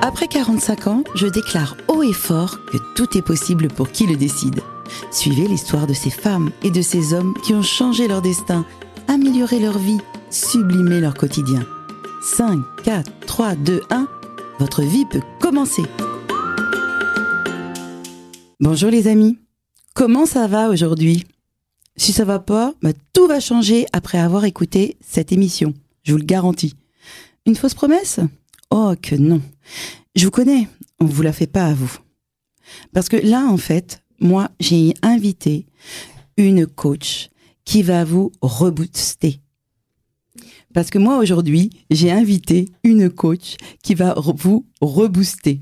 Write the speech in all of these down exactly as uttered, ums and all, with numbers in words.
Après quarante-cinq ans, je déclare haut et fort que tout est possible pour qui le décide. Suivez l'histoire de ces femmes et de ces hommes qui ont changé leur destin, amélioré leur vie, sublimé leur quotidien. cinq, quatre, trois, deux, un, votre vie peut commencer. Bonjour les amis, comment ça va aujourd'hui ? Si ça va pas, bah, tout va changer après avoir écouté cette émission, je vous le garantis. Une fausse promesse ? Oh que non. Je vous connais, on vous la fait pas à vous. Parce que là, en fait, moi, j'ai invité une coach qui va vous rebooster. Parce que moi, aujourd'hui, j'ai invité une coach qui va re- vous rebooster.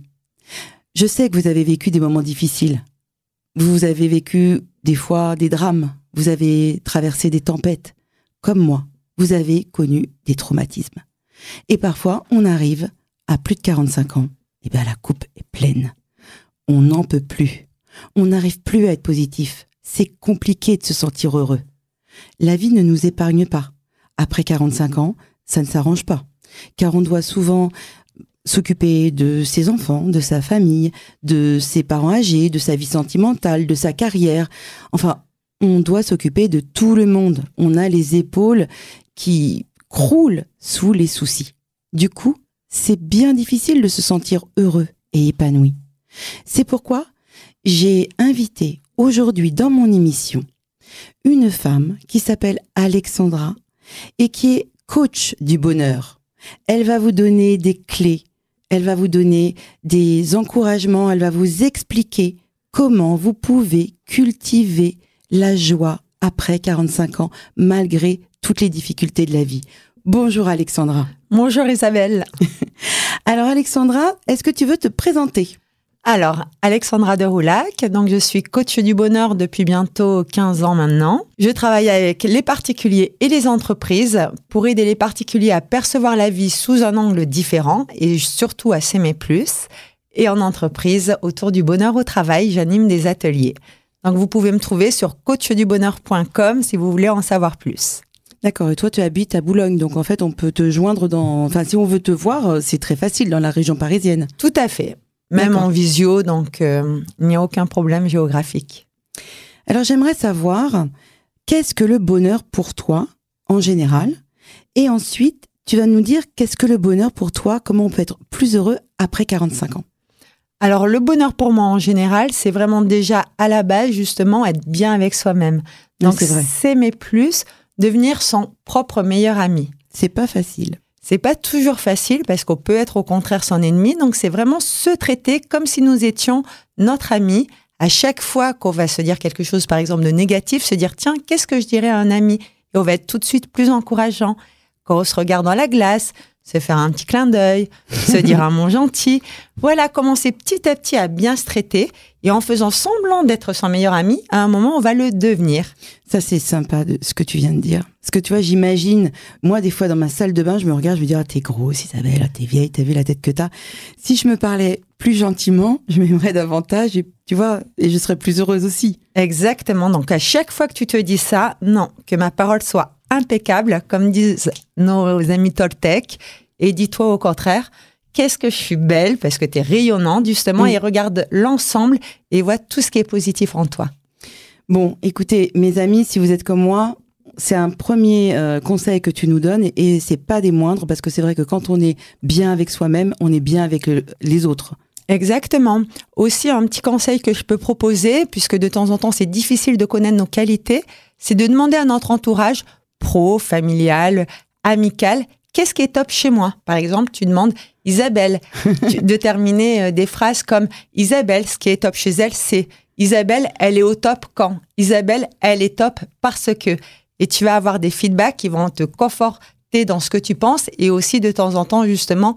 Je sais que vous avez vécu des moments difficiles. Vous avez vécu des fois des drames. Vous avez traversé des tempêtes. Comme moi, vous avez connu des traumatismes. Et parfois, on arrive à plus de quarante-cinq ans. Et bien, la coupe est pleine. On n'en peut plus. On n'arrive plus à être positif. C'est compliqué de se sentir heureux. La vie ne nous épargne pas. Après quarante-cinq ans, ça ne s'arrange pas. Car on doit souvent s'occuper de ses enfants, de sa famille, de ses parents âgés, de sa vie sentimentale, de sa carrière. Enfin, on doit s'occuper de tout le monde. On a les épaules qui croulent sous les soucis. Du coup, c'est bien difficile de se sentir heureux et épanoui. C'est pourquoi j'ai invité aujourd'hui dans mon émission une femme qui s'appelle Alexandra et qui est coach du bonheur. Elle va vous donner des clés, elle va vous donner des encouragements, elle va vous expliquer comment vous pouvez cultiver la joie après quarante-cinq ans, malgré toutes les difficultés de la vie. Bonjour Alexandra. Bonjour Isabelle. Alors Alexandra, est-ce que tu veux te présenter ? Alors, Alexandra de Roulac, donc je suis coach du bonheur depuis bientôt quinze ans maintenant. Je travaille avec les particuliers et les entreprises pour aider les particuliers à percevoir la vie sous un angle différent et surtout à s'aimer plus. Et en entreprise, autour du bonheur au travail, j'anime des ateliers. Donc vous pouvez me trouver sur coach du bonheur point com si vous voulez en savoir plus. D'accord, et toi tu habites à Boulogne, donc en fait on peut te joindre dans... Enfin si on veut te voir, c'est très facile dans la région parisienne. Tout à fait, même D'accord. En visio, donc euh, il n'y a aucun problème géographique. Alors j'aimerais savoir, qu'est-ce que le bonheur pour toi en général ? Et ensuite, tu vas nous dire qu'est-ce que le bonheur pour toi, comment on peut être plus heureux après quarante-cinq ans ? Alors le bonheur pour moi en général, c'est vraiment déjà à la base justement être bien avec soi-même. Donc c'est vrai. S'aimer plus, devenir son propre meilleur ami. C'est pas facile. C'est pas toujours facile parce qu'on peut être au contraire son ennemi. Donc, c'est vraiment se traiter comme si nous étions notre ami. À chaque fois qu'on va se dire quelque chose, par exemple, de négatif, se dire, tiens, qu'est-ce que je dirais à un ami ? Et on va être tout de suite plus encourageant. Quand on se regarde dans la glace, se faire un petit clin d'œil, se dire un mot gentil. Voilà, commencer petit à petit à bien se traiter. Et en faisant semblant d'être son meilleur ami, à un moment, on va le devenir. Ça, c'est sympa de ce que tu viens de dire. Parce que tu vois, j'imagine, moi, des fois, dans ma salle de bain, je me regarde, je me dis, ah, t'es grosse, Isabelle, t'es vieille, t'as vu la tête que t'as. Si je me parlais plus gentiment, je m'aimerais davantage, et, tu vois, et je serais plus heureuse aussi. Exactement. Donc, à chaque fois que tu te dis ça, non, que ma parole soit impeccable, comme disent nos amis Toltec, et dis-toi au contraire, qu'est-ce que je suis belle, parce que t'es rayonnante, justement, mmh. et regarde l'ensemble et vois tout ce qui est positif en toi. Bon, écoutez, mes amis, si vous êtes comme moi, c'est un premier euh, conseil que tu nous donnes et, et c'est pas des moindres parce que c'est vrai que quand on est bien avec soi-même, on est bien avec le, les autres. Exactement. Aussi, un petit conseil que je peux proposer, puisque de temps en temps, c'est difficile de connaître nos qualités, c'est de demander à notre entourage, pro, familial, amical, qu'est-ce qui est top chez moi ? Par exemple, tu demandes Isabelle, de terminer des phrases comme Isabelle, ce qui est top chez elle, c'est Isabelle, elle est au top quand ? Isabelle, elle est top parce que. Et tu vas avoir des feedbacks qui vont te conforter dans ce que tu penses et aussi de temps en temps, justement,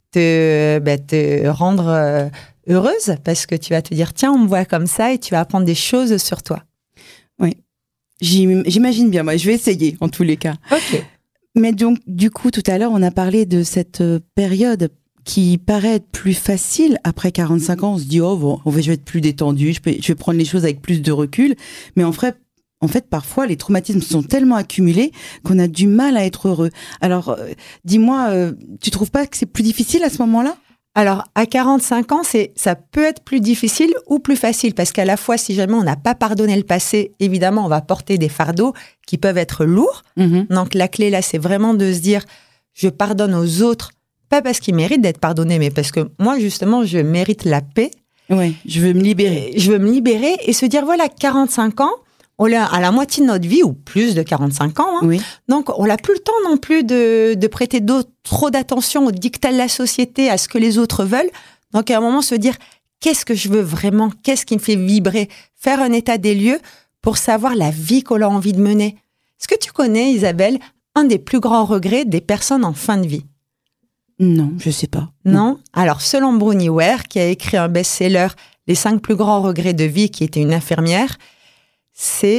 te, bah, te rendre euh, heureuse parce que tu vas te dire, tiens, on me voit comme ça et tu vas apprendre des choses sur toi. Oui, J'im- j'imagine bien. Moi, je vais essayer en tous les cas. Ok. Mais donc, du coup, tout à l'heure, on a parlé de cette période qui paraît être plus facile après quarante-cinq ans. On se dit, oh, bon, je vais être plus détendu, je, peux, je vais prendre les choses avec plus de recul. Mais en fait, en fait, parfois, les traumatismes sont tellement accumulés qu'on a du mal à être heureux. Alors, euh, dis-moi, euh, tu trouves pas que c'est plus difficile à ce moment-là ? Alors, à quarante-cinq ans, c'est, ça peut être plus difficile ou plus facile parce qu'à la fois, si jamais on n'a pas pardonné le passé, évidemment, on va porter des fardeaux qui peuvent être lourds. Mmh. Donc, la clé là, c'est vraiment de se dire, je pardonne aux autres, pas parce qu'ils méritent d'être pardonnés, mais parce que moi, justement, je mérite la paix. Oui, je veux me libérer. Je veux me libérer et se dire, voilà, quarante-cinq ans, on l'a à la moitié de notre vie, ou plus de quarante-cinq ans. Hein. Oui. Donc, on n'a plus le temps non plus de, de prêter trop d'attention aux dictats de la société, à ce que les autres veulent. Donc, à un moment, se dire, qu'est-ce que je veux vraiment? Qu'est-ce qui me fait vibrer? Faire un état des lieux pour savoir la vie qu'on a envie de mener. Est-ce que tu connais, Isabelle, un des plus grands regrets des personnes en fin de vie? Non, je sais pas. Non? Alors, selon Bronnie Ware, qui a écrit un best-seller, Les cinq plus grands regrets de vie, qui était une infirmière, c'est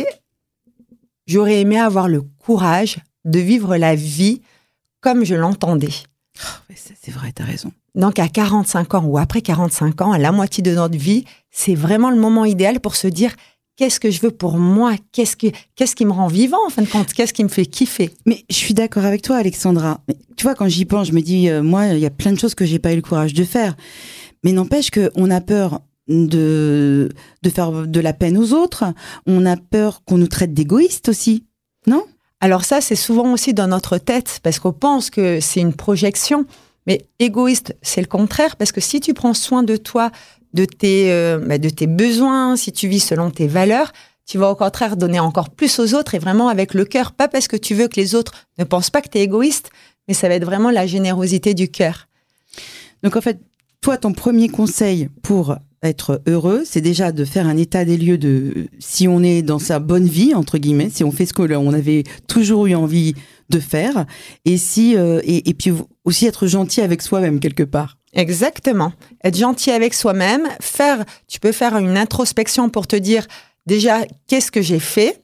« J'aurais aimé avoir le courage de vivre la vie comme je l'entendais. Oh, » C'est vrai, t'as raison. Donc, à quarante-cinq ans ou après quarante-cinq ans, à la moitié de notre vie, c'est vraiment le moment idéal pour se dire « Qu'est-ce que je veux pour moi? Qu'est-ce qui, qu'est-ce qui me rend vivant, en fin de compte? Qu'est-ce qui me fait kiffer ?» Mais je suis d'accord avec toi, Alexandra. Mais, tu vois, quand j'y pense, je me dis euh, « Moi, il y a plein de choses que j'ai pas eu le courage de faire. » Mais n'empêche qu'on a peur de de faire de la peine aux autres, on a peur qu'on nous traite d'égoïstes aussi, non? Alors ça, c'est souvent aussi dans notre tête, parce qu'on pense que c'est une projection, mais égoïste, c'est le contraire, parce que si tu prends soin de toi, de tes, euh, bah, de tes besoins, si tu vis selon tes valeurs, tu vas au contraire donner encore plus aux autres, et vraiment avec le cœur, pas parce que tu veux que les autres ne pensent pas que tu es égoïste, mais ça va être vraiment la générosité du cœur. Donc en fait, toi, ton premier conseil pour être heureux, c'est déjà de faire un état des lieux de si on est dans sa bonne vie, entre guillemets, si on fait ce qu'on avait toujours eu envie de faire, et, si, euh, et, et puis aussi être gentil avec soi-même quelque part. Exactement. Être gentil avec soi-même, faire, tu peux faire une introspection pour te dire déjà qu'est-ce que j'ai fait,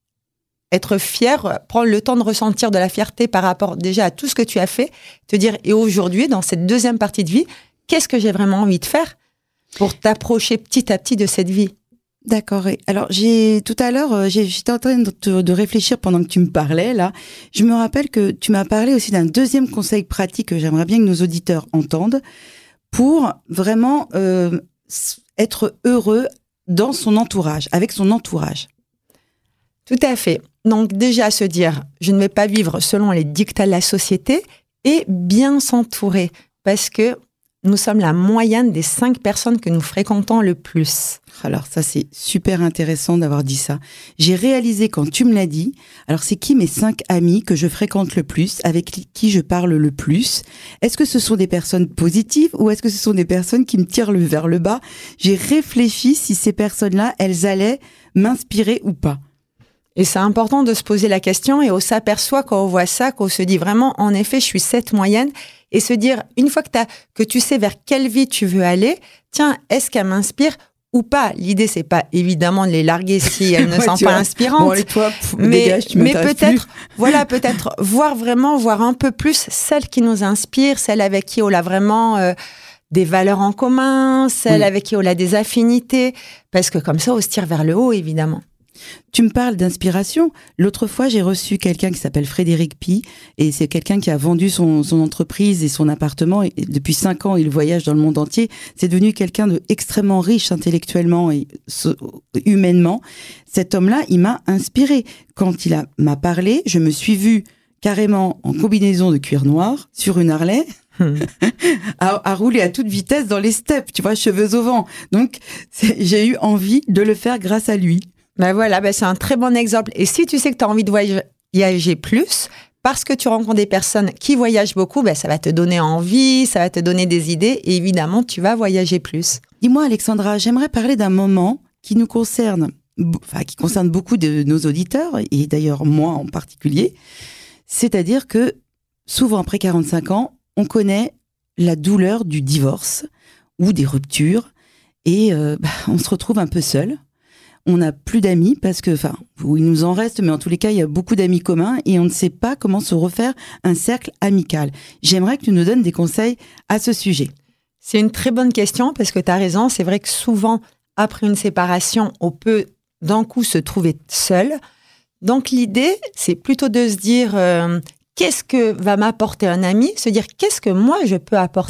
être fier, prendre le temps de ressentir de la fierté par rapport déjà à tout ce que tu as fait, te dire et aujourd'hui, dans cette deuxième partie de vie, qu'est-ce que j'ai vraiment envie de faire pour t'approcher petit à petit de cette vie. D'accord. Alors, j'ai tout à l'heure, j'ai, j'étais en train de, te, de réfléchir pendant que tu me parlais, là. Je me rappelle que tu m'as parlé aussi d'un deuxième conseil pratique que j'aimerais bien que nos auditeurs entendent pour vraiment euh, être heureux dans son entourage, avec son entourage. Tout à fait. Donc, déjà, se dire, je ne vais pas vivre selon les dictats de la société et bien s'entourer parce que nous sommes la moyenne des cinq personnes que nous fréquentons le plus. Alors ça, c'est super intéressant d'avoir dit ça. J'ai réalisé quand tu me l'as dit, alors c'est qui mes cinq amis que je fréquente le plus, avec qui je parle le plus? Est-ce que ce sont des personnes positives ou est-ce que ce sont des personnes qui me tirent vers le bas? J'ai réfléchi si ces personnes-là, elles allaient m'inspirer ou pas. Et c'est important de se poser la question et on s'aperçoit quand on voit ça, qu'on se dit vraiment, en effet, je suis cette moyenne. Et se dire, une fois que, t'as, que tu sais vers quelle vie tu veux aller, tiens, est-ce qu'elle m'inspire ou pas? L'idée, c'est pas évidemment de les larguer si elles ne ouais, sont pas vois. inspirantes. Bon, allez, toi, pff, mais dégage, tu mais peut-être, plus. voilà, peut-être voir vraiment, voir un peu plus celles qui nous inspirent, celles avec qui on a vraiment euh, des valeurs en commun, celles oui. avec qui on a des affinités, parce que comme ça, on se tire vers le haut, évidemment. Tu me parles d'inspiration. L'autre fois, j'ai reçu quelqu'un qui s'appelle Frédéric Pi, et c'est quelqu'un qui a vendu son, son entreprise et son appartement. Et depuis cinq ans, il voyage dans le monde entier. C'est devenu quelqu'un d'extrêmement riche intellectuellement et humainement. Cet homme-là, il m'a inspiré. Quand il a, m'a parlé, je me suis vue carrément en combinaison de cuir noir sur une Harley. Hmm. à, à rouler à toute vitesse dans les steppes, tu vois, cheveux au vent. Donc, j'ai eu envie de le faire grâce à lui. Ben voilà, ben c'est un très bon exemple. Et si tu sais que tu as envie de voyager plus, parce que tu rencontres des personnes qui voyagent beaucoup, ben ça va te donner envie, ça va te donner des idées, et évidemment, tu vas voyager plus. Dis-moi, Alexandra, j'aimerais parler d'un moment qui nous concerne, enfin, qui concerne beaucoup de nos auditeurs, et d'ailleurs moi en particulier. C'est-à-dire que, souvent après quarante-cinq ans, on connaît la douleur du divorce ou des ruptures, et euh, bah, on se retrouve un peu seul. On n'a plus d'amis parce que, enfin, il nous en reste, mais en tous les cas, il y a beaucoup d'amis communs et on ne sait pas comment se refaire un cercle amical. J'aimerais que tu nous donnes des conseils à ce sujet. C'est une très bonne question parce que tu as raison. C'est vrai que souvent, après une séparation, on peut d'un coup se trouver seul. Donc, l'idée, c'est plutôt de se dire euh, qu'est-ce que va m'apporter un ami, se dire qu'est-ce que moi je peux apporter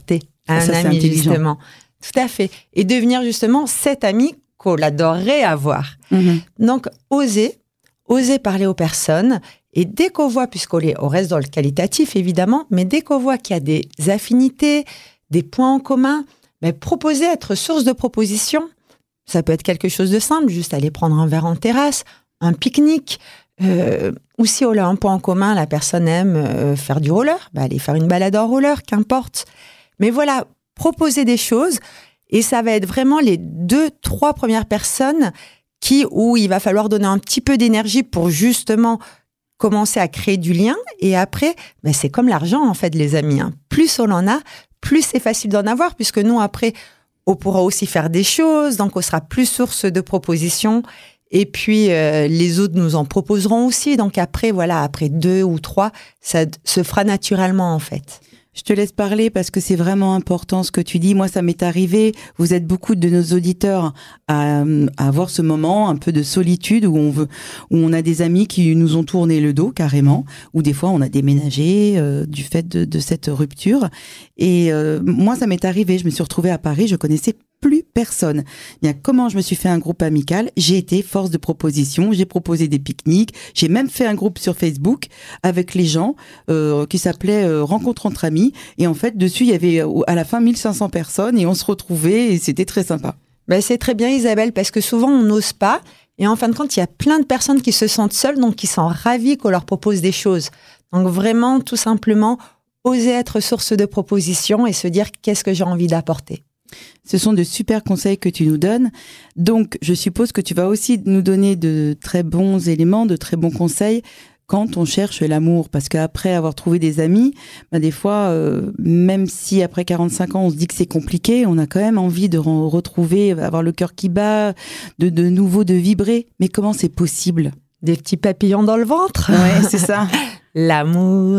à ça, un ami, justement. Tout à fait. Et devenir justement cet ami qu'on adorerait avoir. Mmh. Donc, oser, oser parler aux personnes. Et dès qu'on voit, puisqu'on est, on reste dans le qualitatif, évidemment, mais dès qu'on voit qu'il y a des affinités, des points en commun, ben, proposer, être source de propositions. Ça peut être quelque chose de simple, juste aller prendre un verre en terrasse, un pique-nique. Euh, ou si on a un point en commun, la personne aime euh, faire du roller, ben, aller faire une balade en roller, qu'importe. Mais voilà, proposer des choses. Et ça va être vraiment les deux, trois premières personnes qui, où il va falloir donner un petit peu d'énergie pour justement commencer à créer du lien. Et après, ben c'est comme l'argent, en fait, les amis. Hein. Plus on en a, plus c'est facile d'en avoir, puisque nous, après, on pourra aussi faire des choses, donc on sera plus source de propositions. Et puis, euh, les autres nous en proposeront aussi. Donc après, voilà, après deux ou trois, ça se fera naturellement, en fait. Je te laisse parler parce que c'est vraiment important ce que tu dis. Moi, ça m'est arrivé. Vous êtes beaucoup de nos auditeurs à, à avoir ce moment un peu de solitude où on veut, où on a des amis qui nous ont tourné le dos carrément, ou des fois on a déménagé euh, du fait de, de cette rupture. Et euh, moi, ça m'est arrivé. Je me suis retrouvée à Paris. Je connaissais plus personne. Bien, comment je me suis fait un groupe amical? J'ai été force de proposition, j'ai proposé des pique-niques, j'ai même fait un groupe sur Facebook avec les gens euh, qui s'appelait euh, Rencontre entre amis. Et en fait, dessus, il y avait à la fin mille cinq cents personnes et on se retrouvait et c'était très sympa. Ben, c'est très bien, Isabelle, parce que souvent, on n'ose pas. Et en fin de compte, il y a plein de personnes qui se sentent seules, donc qui sont ravies qu'on leur propose des choses. Donc vraiment, tout simplement, oser être source de proposition et se dire qu'est-ce que j'ai envie d'apporter. Ce sont de super conseils que tu nous donnes. Donc, je suppose que tu vas aussi nous donner de très bons éléments, de très bons conseils quand on cherche l'amour. Parce qu'après avoir trouvé des amis, ben des fois, euh, même si après quarante-cinq ans, on se dit que c'est compliqué, on a quand même envie de re- retrouver, avoir le cœur qui bat, de, de nouveau de vibrer. Mais comment c'est possible? Des petits papillons dans le ventre. Ouais, c'est ça. L'amour.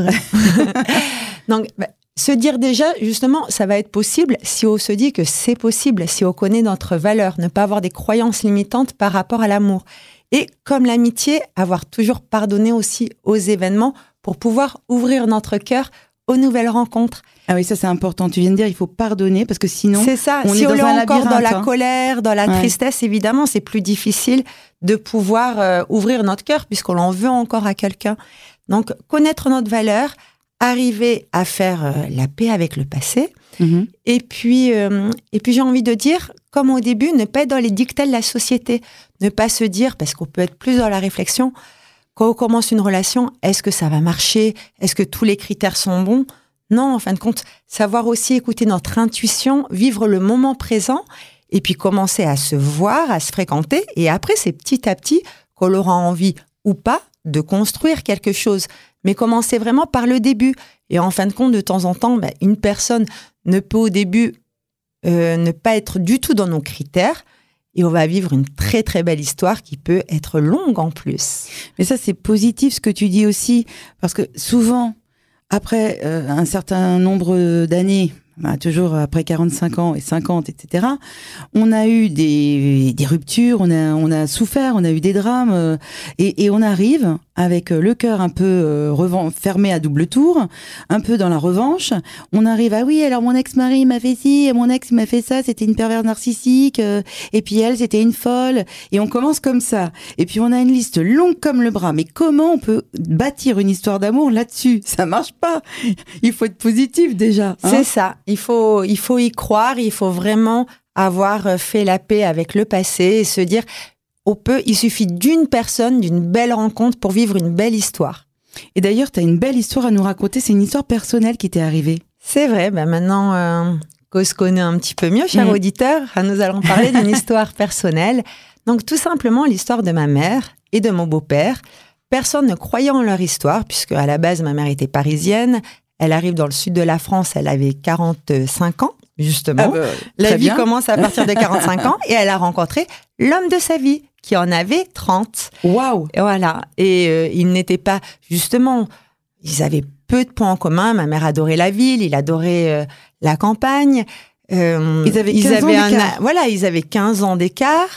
Donc, bah, se dire déjà, justement, ça va être possible si on se dit que c'est possible, si on connaît notre valeur, ne pas avoir des croyances limitantes par rapport à l'amour. Et comme l'amitié, avoir toujours pardonné aussi aux événements pour pouvoir ouvrir notre cœur aux nouvelles rencontres. Ah oui, ça c'est important. Tu viens de dire, il faut pardonner parce que sinon, c'est ça. on si est on dans est un encore labyrinthe, dans la hein. colère, dans la Ouais. tristesse, évidemment, c'est plus difficile de pouvoir euh, ouvrir notre cœur puisqu'on en veut encore à quelqu'un. Donc, connaître notre valeur, arriver à faire euh, la paix avec le passé. Mm-hmm. Et puis, euh, et puis j'ai envie de dire, comme au début, ne pas être dans les dictats de la société. Ne pas se dire, parce qu'on peut être plus dans la réflexion, quand on commence une relation, est-ce que ça va marcher? Est-ce que tous les critères sont bons? Non, en fin de compte, savoir aussi écouter notre intuition, vivre le moment présent, et puis commencer à se voir, à se fréquenter. Et après, c'est petit à petit qu'on aura envie ou pas de construire quelque chose. Mais commencer vraiment par le début. Et en fin de compte, de temps en temps, ben, une personne ne peut au début euh, ne pas être du tout dans nos critères. Et on va vivre une très, très belle histoire qui peut être longue en plus. Mais ça, c'est positif ce que tu dis aussi. Parce que souvent, après euh, un certain nombre d'années, bah, toujours après quarante-cinq ans et cinquante, et cetera, on a eu des, des ruptures, on a, on a souffert, on a eu des drames, euh, et, et on arrive avec le cœur un peu euh, revan- fermé à double tour, un peu dans la revanche. On arrive, ah oui, alors mon ex-mari m'a fait ci, mon ex m'a fait ça, c'était une perverse narcissique, euh, et puis elle, c'était une folle, et on commence comme ça. Et puis on a une liste longue comme le bras, mais comment on peut bâtir une histoire d'amour là-dessus? Ça marche pas. Il faut être positif déjà. Hein. C'est ça. Il faut, il faut y croire, il faut vraiment avoir fait la paix avec le passé et se dire, on peut, il suffit d'une personne, d'une belle rencontre pour vivre une belle histoire. Et d'ailleurs, tu as une belle histoire à nous raconter, c'est une histoire personnelle qui t'est arrivée. C'est vrai, ben maintenant euh, qu'on se connaît un petit peu mieux, chers mmh. auditeurs, nous allons parler d'une histoire personnelle. Donc tout simplement l'histoire de ma mère et de mon beau-père. Personne ne croyait en leur histoire, puisque à la base, ma mère était parisienne. Elle arrive dans le sud de la France, elle avait quarante-cinq ans, justement. Ah bah, la vie bien. Commence à partir de quarante-cinq ans et elle a rencontré l'homme de sa vie, qui en avait trente. Waouh! Et voilà. Et euh, ils n'étaient pas, justement, ils avaient peu de points en commun. Ma mère adorait la ville, il adorait euh, la campagne. Euh, ils avaient quinze ils avaient ans un, d'écart. Voilà, ils avaient quinze ans d'écart.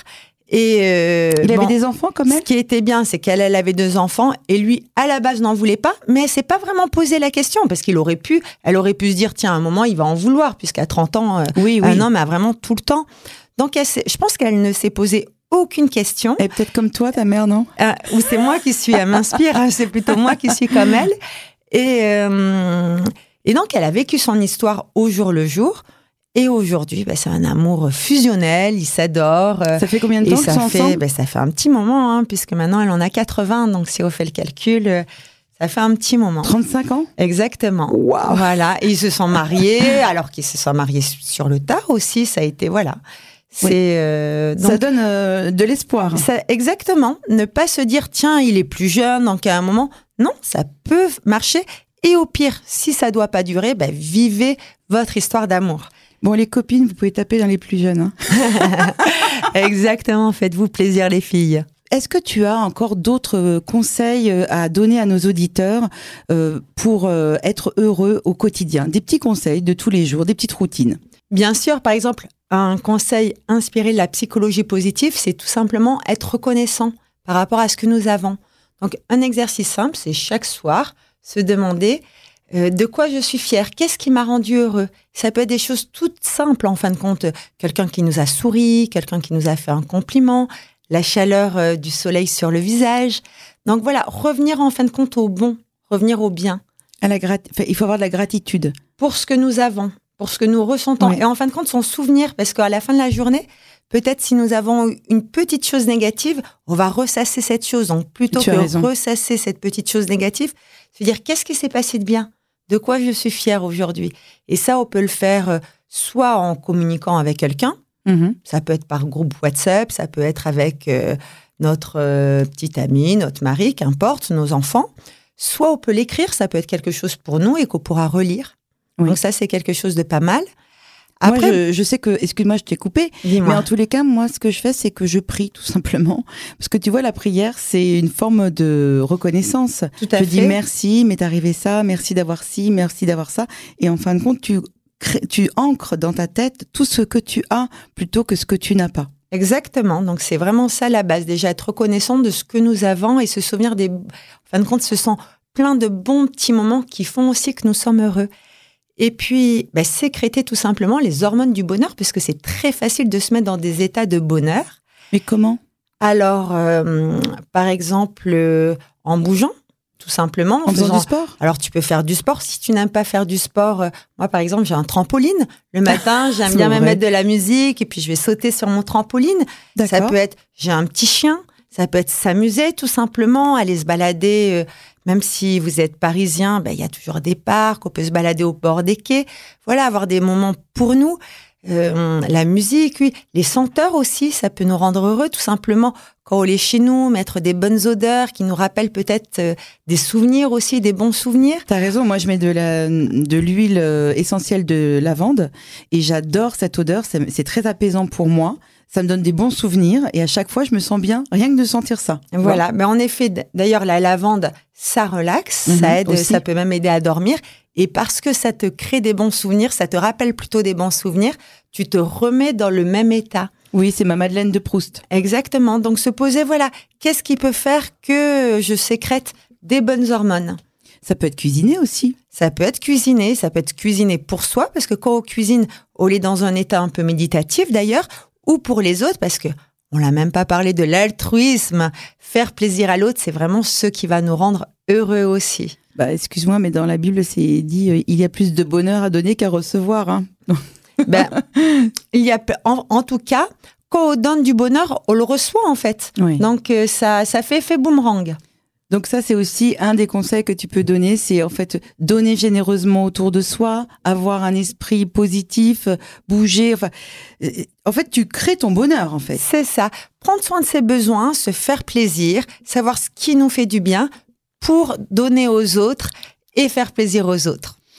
Et euh, il bon, avait des enfants quand même. Ce qui était bien, c'est qu'elle elle avait deux enfants et lui, à la base, n'en voulait pas. Mais elle s'est pas vraiment posé la question parce qu'il aurait pu, elle aurait pu se dire, tiens, à un moment, il va en vouloir puisqu'à trente ans, euh, Oui, oui. un homme a vraiment tout le temps. Donc, elle s'est- je pense qu'elle ne s'est posé aucune question. Et peut-être comme toi, ta mère, non? Euh, ou c'est moi qui suis, elle m'inspire. hein, c'est plutôt moi qui suis comme elle. Et euh, et donc, elle a vécu son histoire au jour le jour. Et aujourd'hui, bah, c'est un amour fusionnel, ils s'adorent. Ça fait combien de et temps qu'ils ça sont fait, ensemble? bah, ça fait un petit moment, hein, puisque maintenant elle en a quatre-vingts, donc si on fait le calcul, euh, ça fait un petit moment. trente-cinq ans? Exactement. Waouh. Voilà. Et ils se sont mariés, alors qu'ils se sont mariés sur le tard aussi, ça a été, voilà. C'est, Oui. euh, donc, Ça donne euh, de l'espoir. ça, exactement. Ne pas se dire, tiens, il est plus jeune, donc à un moment. Non, ça peut marcher. Et au pire, si ça doit pas durer, bah, vivez votre histoire d'amour. Bon, les copines, vous pouvez taper dans les plus jeunes. Hein. Exactement, faites-vous plaisir les filles. Est-ce que tu as encore d'autres euh, conseils euh, à donner à nos auditeurs euh, pour euh, être heureux au quotidien? Des petits conseils de tous les jours, des petites routines. Bien sûr, par exemple, un conseil inspiré de la psychologie positive, c'est tout simplement être reconnaissant par rapport à ce que nous avons. Donc, un exercice simple, c'est chaque soir se demander euh, de quoi je suis fière, qu'est-ce qui m'a rendu heureux. Ça peut être des choses toutes simples, en fin de compte, quelqu'un qui nous a souri, quelqu'un qui nous a fait un compliment, la chaleur euh, du soleil sur le visage. Donc voilà, revenir en fin de compte au bon, revenir au bien. À la grat... enfin, il faut avoir de la gratitude. Pour ce que nous avons, pour ce que nous ressentons. Oui. Et en fin de compte, son souvenir, parce qu'à la fin de la journée, peut-être si nous avons une petite chose négative, on va ressasser cette chose. Donc plutôt Tu que as raison. ressasser cette petite chose négative, se dire qu'est-ce qui s'est passé de bien? De quoi je suis fière aujourd'hui? Et ça, on peut le faire euh, soit en communiquant avec quelqu'un, Mhm. ça peut être par groupe WhatsApp, ça peut être avec euh, notre euh, petite amie, notre mari, qu'importe, nos enfants. Soit on peut l'écrire, ça peut être quelque chose pour nous et qu'on pourra relire. Oui. Donc ça, c'est quelque chose de pas mal. Après, Après, je, je sais que, excuse-moi, je t'ai coupé, dis-moi. mais en tous les cas, moi, ce que je fais, c'est que je prie tout simplement. Parce que tu vois, la prière, c'est une forme de reconnaissance. Tout à je fait. dis merci, m'est arrivé ça, merci d'avoir ci, merci d'avoir ça. Et en fin de compte, tu, crées- tu ancres dans ta tête tout ce que tu as plutôt que ce que tu n'as pas. Exactement. Donc, c'est vraiment ça la base. Déjà, être reconnaissant de ce que nous avons et se souvenir des... En fin de compte, ce sont plein de bons petits moments qui font aussi que nous sommes heureux. Et puis, bah, sécréter tout simplement les hormones du bonheur, puisque c'est très facile de se mettre dans des états de bonheur. Mais comment? Alors, euh, par exemple, euh, en bougeant, tout simplement. En faisant faisant- du sport? Alors, tu peux faire du sport. Si tu n'aimes pas faire du sport, euh, moi, par exemple, j'ai un trampoline. Le matin, j'aime C'est bien me vrai. mettre de la musique et puis je vais sauter sur mon trampoline. Ça D'accord. peut être, j'ai un petit chien. Ça peut être s'amuser, tout simplement, aller se balader. euh, même si vous êtes parisien, ben, il y a toujours des parcs. On peut se balader au bord des quais. Voilà, avoir des moments pour nous. Euh, la musique, oui. Les senteurs aussi, ça peut nous rendre heureux, tout simplement. Quand on est chez nous, mettre des bonnes odeurs qui nous rappellent peut-être euh, des souvenirs aussi, des bons souvenirs. T'as raison, moi je mets de la de l'huile euh, essentielle de lavande et j'adore cette odeur, c'est c'est très apaisant pour moi, ça me donne des bons souvenirs et à chaque fois je me sens bien, rien que de sentir ça. Voilà, mais en effet, d- d'ailleurs, la lavande, ça relaxe, Mhm, ça aide, aussi. ça peut même aider à dormir. Et parce que ça te crée des bons souvenirs, ça te rappelle plutôt des bons souvenirs, tu te remets dans le même état. Oui, c'est ma Madeleine de Proust. Exactement. Donc, se poser, voilà, qu'est-ce qui peut faire que je sécrète des bonnes hormones? Ça peut être cuisiné aussi. Ça peut être cuisiné, ça peut être cuisiné pour soi, parce que quand on cuisine, on est dans un état un peu méditatif d'ailleurs, ou pour les autres, parce que on l'a même pas parlé de l'altruisme. Faire plaisir à l'autre, c'est vraiment ce qui va nous rendre heureux aussi. Bah excuse-moi, mais dans la Bible c'est dit euh, il y a plus de bonheur à donner qu'à recevoir. Hein. Ben, il y a, en, en tout cas, quand on donne du bonheur, on le reçoit en fait. Oui. Donc euh, ça, ça fait effet boomerang. Donc ça, c'est aussi un des conseils que tu peux donner, c'est en fait donner généreusement autour de soi, avoir un esprit positif, euh, bouger. Enfin, euh, en fait, tu crées ton bonheur, en fait. C'est ça. Prendre soin de ses besoins, se faire plaisir, savoir ce qui nous fait du bien pour donner aux autres et faire plaisir aux autres.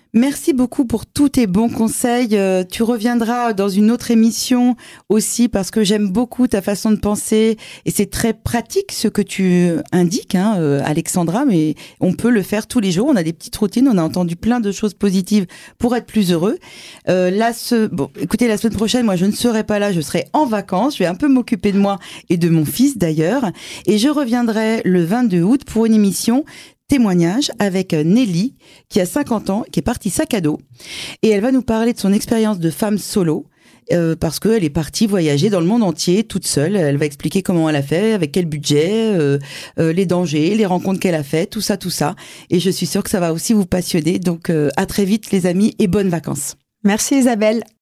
Merci beaucoup pour tous tes bons conseils. Euh, tu reviendras dans une autre émission aussi parce que j'aime beaucoup ta façon de penser et c'est très pratique ce que tu indiques, hein, euh, Alexandra, mais on peut le faire tous les jours. On a des petites routines, on a entendu plein de choses positives pour être plus heureux. Euh, là, ce... bon, écoutez, la semaine prochaine, moi, je ne serai pas là, je serai en vacances. Je vais un peu m'occuper de moi et de mon fils d'ailleurs. Et je reviendrai le vingt-deux août pour une émission témoignage avec Nelly, qui a cinquante ans, qui est partie sac à dos. Et elle va nous parler de son expérience de femme solo, euh, parce qu'elle est partie voyager dans le monde entier, toute seule. Elle va expliquer comment elle a fait, avec quel budget, euh, euh, les dangers, les rencontres qu'elle a fait, tout ça, tout ça. Et je suis sûre que ça va aussi vous passionner. Donc, euh, à très vite, les amis, et bonnes vacances. Merci Isabelle.